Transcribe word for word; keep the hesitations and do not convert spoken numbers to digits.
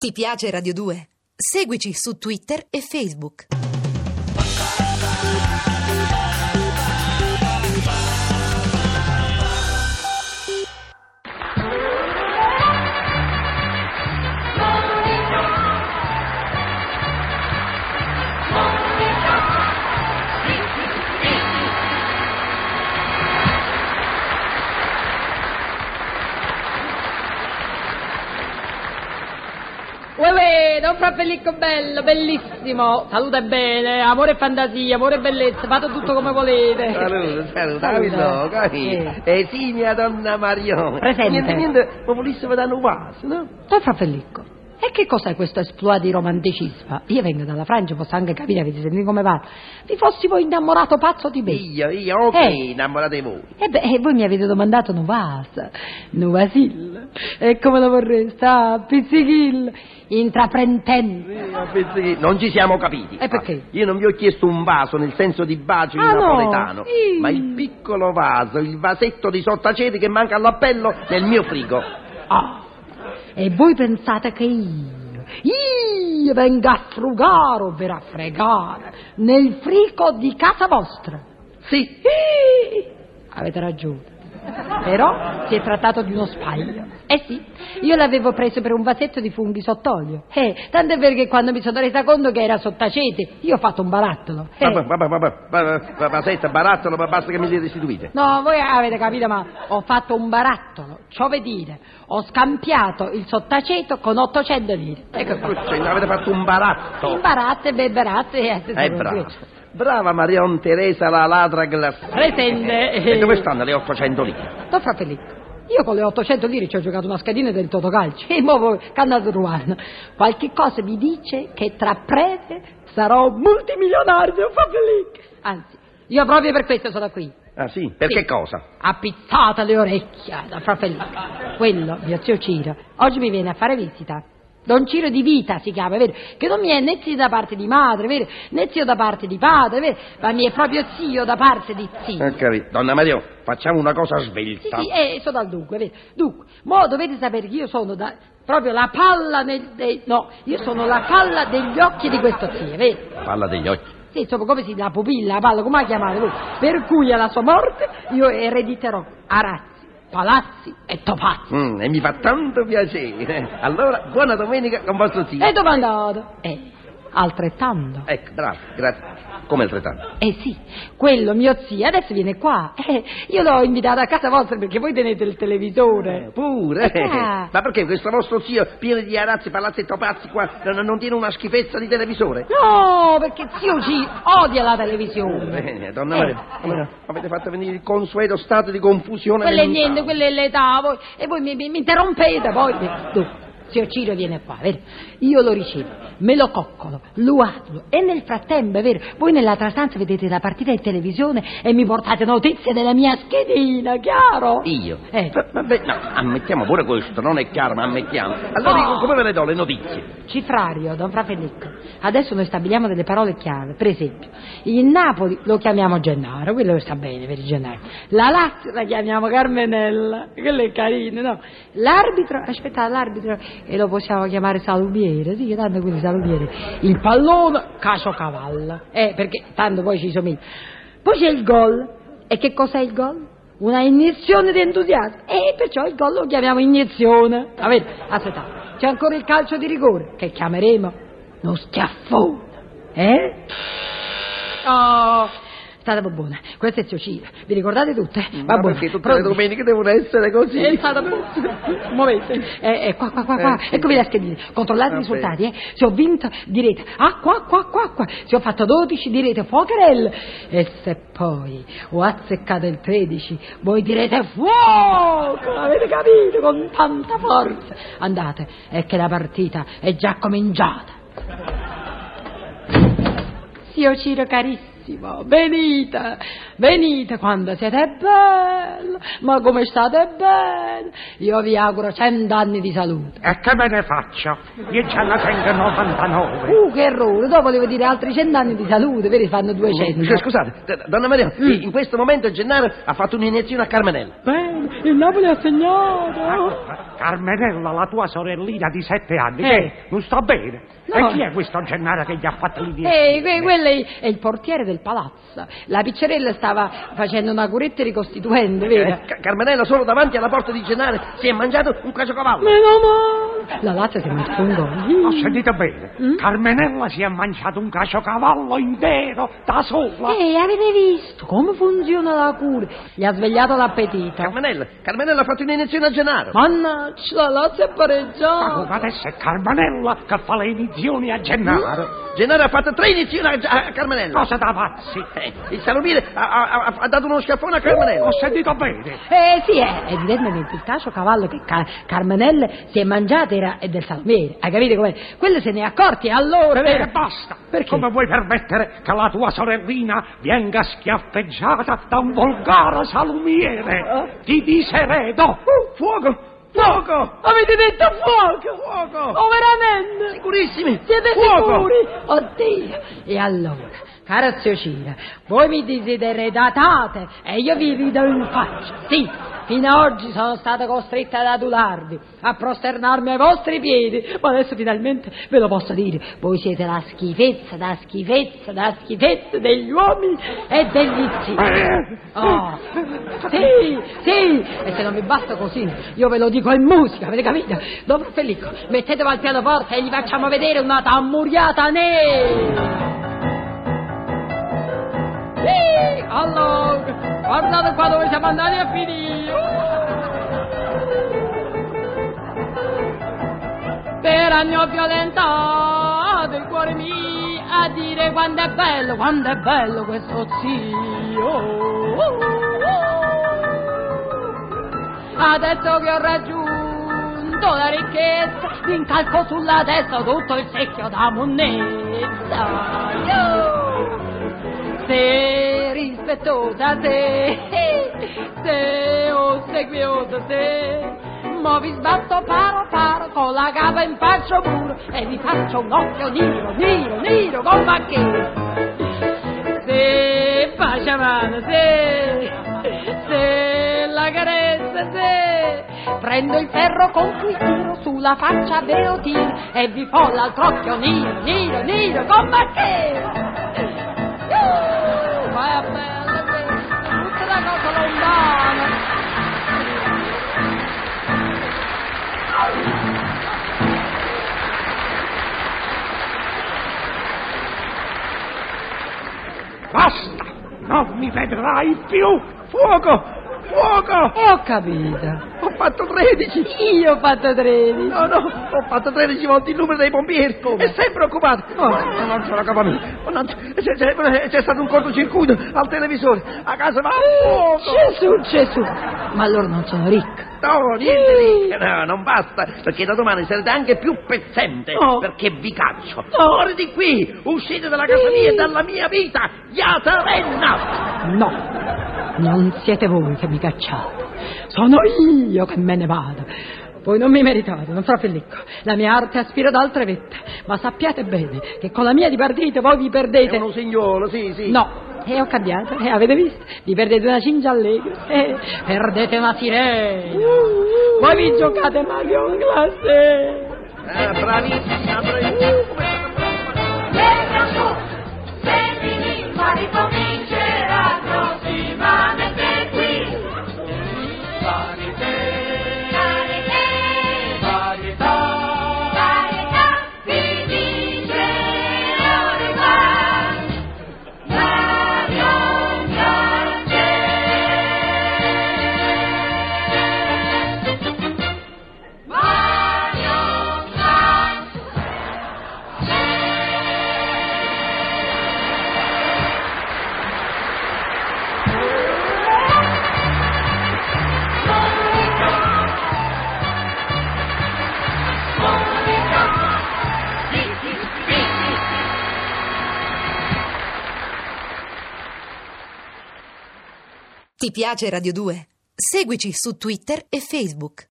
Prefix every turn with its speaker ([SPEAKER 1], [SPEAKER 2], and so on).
[SPEAKER 1] Ti piace Radio due? Seguici su Twitter e Facebook.
[SPEAKER 2] Uè, Don Frappellicco bello, bellissimo, salute e bene, amore e fantasia, amore e bellezza, fate tutto come volete.
[SPEAKER 3] Salute, salute, Davido, capito? Eh sì, mia donna Marione.
[SPEAKER 2] Presente.
[SPEAKER 3] Niente, niente, ma volessimo dare un vaso, no?
[SPEAKER 2] Don Frappellicco, e che cos'è questo esploit di romanticismo? Io vengo dalla Francia, posso anche capire, avete sentito come va. Vi fossi voi innamorato pazzo di me.
[SPEAKER 3] Io, io, ok,
[SPEAKER 2] Eh.
[SPEAKER 3] innamorato di voi.
[SPEAKER 2] E beh, e voi mi avete domandato un vaso, un vasil, e come lo vorreste? Ah, pizzichil, intraprendente.
[SPEAKER 3] Sì, ma penso che non ci siamo capiti.
[SPEAKER 2] E perché?
[SPEAKER 3] Ah, io non vi ho chiesto un vaso nel senso di bacio
[SPEAKER 2] Ah, no?
[SPEAKER 3] napoletano,
[SPEAKER 2] Sì.
[SPEAKER 3] ma il piccolo vaso, il vasetto di sottaceti che manca all'appello nel mio frigo.
[SPEAKER 2] Ah, e voi pensate che io, io venga a frugare, ovvero a fregare, nel frigo di casa vostra?
[SPEAKER 3] Sì.
[SPEAKER 2] Ih, avete ragione. Però si è trattato di uno sbaglio. Eh sì, io l'avevo preso per un vasetto di funghi sott'olio. Eh, tanto è vero che quando mi sono resa conto che era sottacete, io ho fatto un barattolo. Eh.
[SPEAKER 3] Vabbè, vabbè, vabbè, vabbè, vasetto, barattolo, ma basta che mi li restituite.
[SPEAKER 2] No, voi avete capito, ma ho fatto un barattolo, ciò vuol dire, ho scambiato il sottaceto con ottocento lire. Ecco qua.
[SPEAKER 3] Cioè, avete fatto un baratto.
[SPEAKER 2] Imbarazzo e bebarazzo e
[SPEAKER 3] Eh, brava. Brava Marion Teresa la ladra glassa.
[SPEAKER 2] Presente.
[SPEAKER 3] E dove stanno le ottocento lire?
[SPEAKER 2] Don Frappellicco, io con le ottocento lire ci ho giocato una schedina del Totocalcio e mo voi che andate a ruano. Qualche cosa mi dice che tra breve sarò multimilionario, Don Frappellicco. Anzi, io proprio per questo sono qui.
[SPEAKER 3] Ah sì? Per
[SPEAKER 2] Sì.
[SPEAKER 3] che cosa?
[SPEAKER 2] Appizzate le orecchie, Don Frappellicco. Quello, mio zio Ciro, oggi mi viene a fare visita. Don Ciro di vita si chiama, vero? Che non mi è né zio da parte di madre, vero? Né zio da parte di padre, vero? Ma mi è proprio zio da parte di zio.
[SPEAKER 3] Ho capito. Donna Mario, facciamo una cosa
[SPEAKER 2] Sì,
[SPEAKER 3] svelta.
[SPEAKER 2] sì, eh, sono al dunque, vero? Dunque, mo dovete sapere che io sono da, proprio la palla nel, dei, no, io sono la palla degli occhi di questo zio, vero?
[SPEAKER 3] Palla degli occhi.
[SPEAKER 2] Sì, insomma, come si, la pupilla, la palla, come la chiamate voi? Per cui alla sua morte io erediterò arazzi, palazzi e topazzi.
[SPEAKER 3] Mm, e mi fa tanto piacere. Allora, buona domenica con vostro zio.
[SPEAKER 2] E dove andate? Eh, altrettanto.
[SPEAKER 3] Ecco, bravo, grazie. Come altrettanto?
[SPEAKER 2] Eh sì, quello mio zio adesso viene qua. Eh, io l'ho invitato a casa vostra perché voi tenete il televisore.
[SPEAKER 3] Pure?
[SPEAKER 2] Eh, ah.
[SPEAKER 3] Ma perché questo vostro zio pieno di arazzi, palazzi e topazzi qua non, non tiene una schifezza di televisore?
[SPEAKER 2] No, perché zio ci odia la televisione.
[SPEAKER 3] Bene, donna
[SPEAKER 2] Eh,
[SPEAKER 3] Maria, come avete fatto venire il consueto stato di confusione.
[SPEAKER 2] Quelle
[SPEAKER 3] mentale.
[SPEAKER 2] niente, quelle è l'età, voi, e voi mi, mi, mi interrompete poi. Tu, zio Ciro viene qua, vero? Io lo ricevo, me lo coccolo, lo adlo, e nel frattempo, è vero, voi nell'altra stanza vedete la partita in televisione e mi portate notizie della mia schedina, chiaro?
[SPEAKER 3] Io?
[SPEAKER 2] Eh.
[SPEAKER 3] Va- Vabbè, no, ammettiamo pure questo, non è chiaro, ma ammettiamo. Allora,
[SPEAKER 2] No.
[SPEAKER 3] io come ve le do le notizie?
[SPEAKER 2] Cifrario, Don Frappellicco, adesso noi stabiliamo delle parole chiave. Per esempio, il Napoli lo chiamiamo Gennaro, quello sta bene per il Gennaro. La Lazio la chiamiamo Carmenella, quello è carino, no? L'arbitro, aspetta, l'arbitro, e lo possiamo chiamare Salumiere, sì, tanto quelli Salumiere. Il pallone, Caciocavallo, eh, perché tanto poi ci somiglia. Poi c'è il gol, e che cos'è il gol? Una iniezione di entusiasmo, e perciò il gol lo chiamiamo iniezione. Avete, aspettate. C'è ancora il calcio di rigore, che chiameremo lo schiaffone. Eh? Oh, state buona. Questo è zio Ciro. Vi ricordate tutte? Va
[SPEAKER 3] Ma
[SPEAKER 2] buona.
[SPEAKER 3] perché tutte
[SPEAKER 2] Pronti?
[SPEAKER 3] le domeniche devono essere così?
[SPEAKER 2] È stata buona. Un momento. Eh, eh, qua, qua, qua, qua.
[SPEAKER 3] Eh, sì.
[SPEAKER 2] Eccovi la schedina. Controllate i
[SPEAKER 3] Va
[SPEAKER 2] risultati, eh. Se ho vinto, direte, ah, qua, qua, qua, qua. Se ho fatto dodici, direte, fuocherelle. E se poi ho azzeccato il tredici, voi direte, fuoco. Avete capito? Con tanta forza. Andate, è che la partita è già cominciata. Zio Ciro carissimo, carissima, venite, venite quando siete bella, ma come state bene, io vi auguro cent'anni di salute.
[SPEAKER 4] E che me ne faccio? Io già ne tengo novantanove.
[SPEAKER 2] Uh, che errore, dopo volevo dire altri cent'anni di salute, vedi, fanno duecento.
[SPEAKER 3] Scusa, Scusate, d- donna Maria,
[SPEAKER 2] Mm.
[SPEAKER 3] in questo momento Gennaro ha fatto un'iniezione a Carmenella.
[SPEAKER 2] Bene, il Napoli ha segnato.
[SPEAKER 4] Carmenella, la tua sorellina di sette anni,
[SPEAKER 2] Eh.
[SPEAKER 4] che non sta bene.
[SPEAKER 2] No.
[SPEAKER 4] E chi è questo Gennaro che gli ha fatto l'iniezione?
[SPEAKER 2] Ehi, que- quello è, è il portiere del palazzo. La piccerella stava facendo una curetta ricostituente, vedi?
[SPEAKER 3] Eh, Ca- Carmenella solo davanti alla porta di Gennaro si è mangiato un caciocavallo.
[SPEAKER 2] Meno male. La Lazio si è messa un gol.
[SPEAKER 4] Ho sentito bene.
[SPEAKER 2] Mm?
[SPEAKER 4] Carmenella si è mangiato un caciocavallo intero, da sola.
[SPEAKER 2] Ehi, avete visto come funziona la cura? Gli ha svegliato l'appetito.
[SPEAKER 3] Carmenella, Carmenella ha fatto un'iniezione a Gennaro.
[SPEAKER 2] Mannaggia, la Lazio è
[SPEAKER 4] Ma
[SPEAKER 2] pareggiata.
[SPEAKER 4] come adesso è Carmenella che fa le inizioni a Gennaro?
[SPEAKER 3] Gennaro ha fatto tre iniezioni a, a Carmenella.
[SPEAKER 4] Cosa da pazzi?
[SPEAKER 3] Eh, il salumiere ha, ha- ha dato uno schiaffone a Carmenella.
[SPEAKER 4] Ho sentito bene.
[SPEAKER 2] Eh sì, è evidentemente il caciocavallo che Ca- Carmenelle si è mangiato era è del salumiere. Hai capito com'è? Quello se ne è accorti e allora, vero?
[SPEAKER 4] E basta.
[SPEAKER 2] Perché?
[SPEAKER 4] Come vuoi permettere che la tua sorellina venga schiaffeggiata da un volgare salumiere? Ti diseredo.
[SPEAKER 3] Uh, fuoco! Fuoco!
[SPEAKER 2] Avete detto fuoco!
[SPEAKER 3] Fuoco!
[SPEAKER 2] Oh, veramente?
[SPEAKER 3] Sicurissimi!
[SPEAKER 2] Siete
[SPEAKER 3] Fuoco!
[SPEAKER 2] sicuri? Oddio! E allora, cara zio Cira, voi mi desideretate e io vi rido in faccia. Sì, fino ad oggi sono stata costretta ad adularvi, a prosternarmi ai vostri piedi, ma adesso finalmente ve lo posso dire. Voi siete la schifezza, da schifezza, da schifezza degli uomini e degli zii. Oh, sì, sì, e se non vi basta così, io ve lo dico in musica, avete capito? Dopo Felico, mettetevi al pianoforte e gli facciamo vedere una tammuriata nera. Sì, allora, guardate qua dove siamo andati a finire. Per anni ho violentato il cuore mio a dire quanto è bello, quanto è bello questo zio. Adesso che ho raggiunto la ricchezza, vi incalco sulla testa tutto il secchio da monnezza. Se rispettosa, se, se ossequiosa, se, mo vi sbatto paro paro con la capa in faccio muro e vi faccio un occhio nero, nero, nero con macchino. Se faccia mano, se, se la carezza, se prendo il ferro con cui tiro sulla faccia vero tiro e vi fo l'altro occhio nero, nero, nero con macchino. Ma è bella questa, tutta una cosa lontana.
[SPEAKER 4] Basta! Non mi vedrai più!
[SPEAKER 3] Fuoco! Fuoco!
[SPEAKER 2] E ho capito.
[SPEAKER 3] Ho fatto tredici!
[SPEAKER 2] Io ho fatto tredici.
[SPEAKER 3] No, no, ho fatto tredici volte il numero dei pompieri.
[SPEAKER 2] Come?
[SPEAKER 3] E sempre occupato.
[SPEAKER 2] Oh.
[SPEAKER 3] Ma non c'è la capa mia. Mannaggia, C'è, c'è, c'è stato un cortocircuito al televisore. A casa va a fuoco.
[SPEAKER 2] Gesù, Gesù. Ma allora non sono ricca.
[SPEAKER 3] No, niente di... No, non basta, perché da domani sarete anche più pezzente,
[SPEAKER 2] Oh.
[SPEAKER 3] perché vi caccio.
[SPEAKER 2] Oh.
[SPEAKER 3] Fuori di qui, uscite dalla casa mia e dalla mia vita, Yatarenna!
[SPEAKER 2] No, non siete voi che mi cacciate. Sono io che me ne vado. Voi non mi meritate, non fra Pellicco. La mia arte aspira ad altre vette, ma sappiate bene che con la mia di partito voi vi perdete.
[SPEAKER 3] È un usignolo, sì, sì.
[SPEAKER 2] No, e ho cambiato, e avete visto? Vi perdete una cingia allegra, e perdete una sirena. Voi vi giocate Mario in classe.
[SPEAKER 3] Ah, bravissima, bravissima.
[SPEAKER 5] Venga su, se l'Infa ricomincerà prossimamente qui. Varietà, varietà, varietà, vi dice ore qua. Mario Garce. Mario Garce.
[SPEAKER 1] Ti piace Radio due? Seguici su Twitter e Facebook.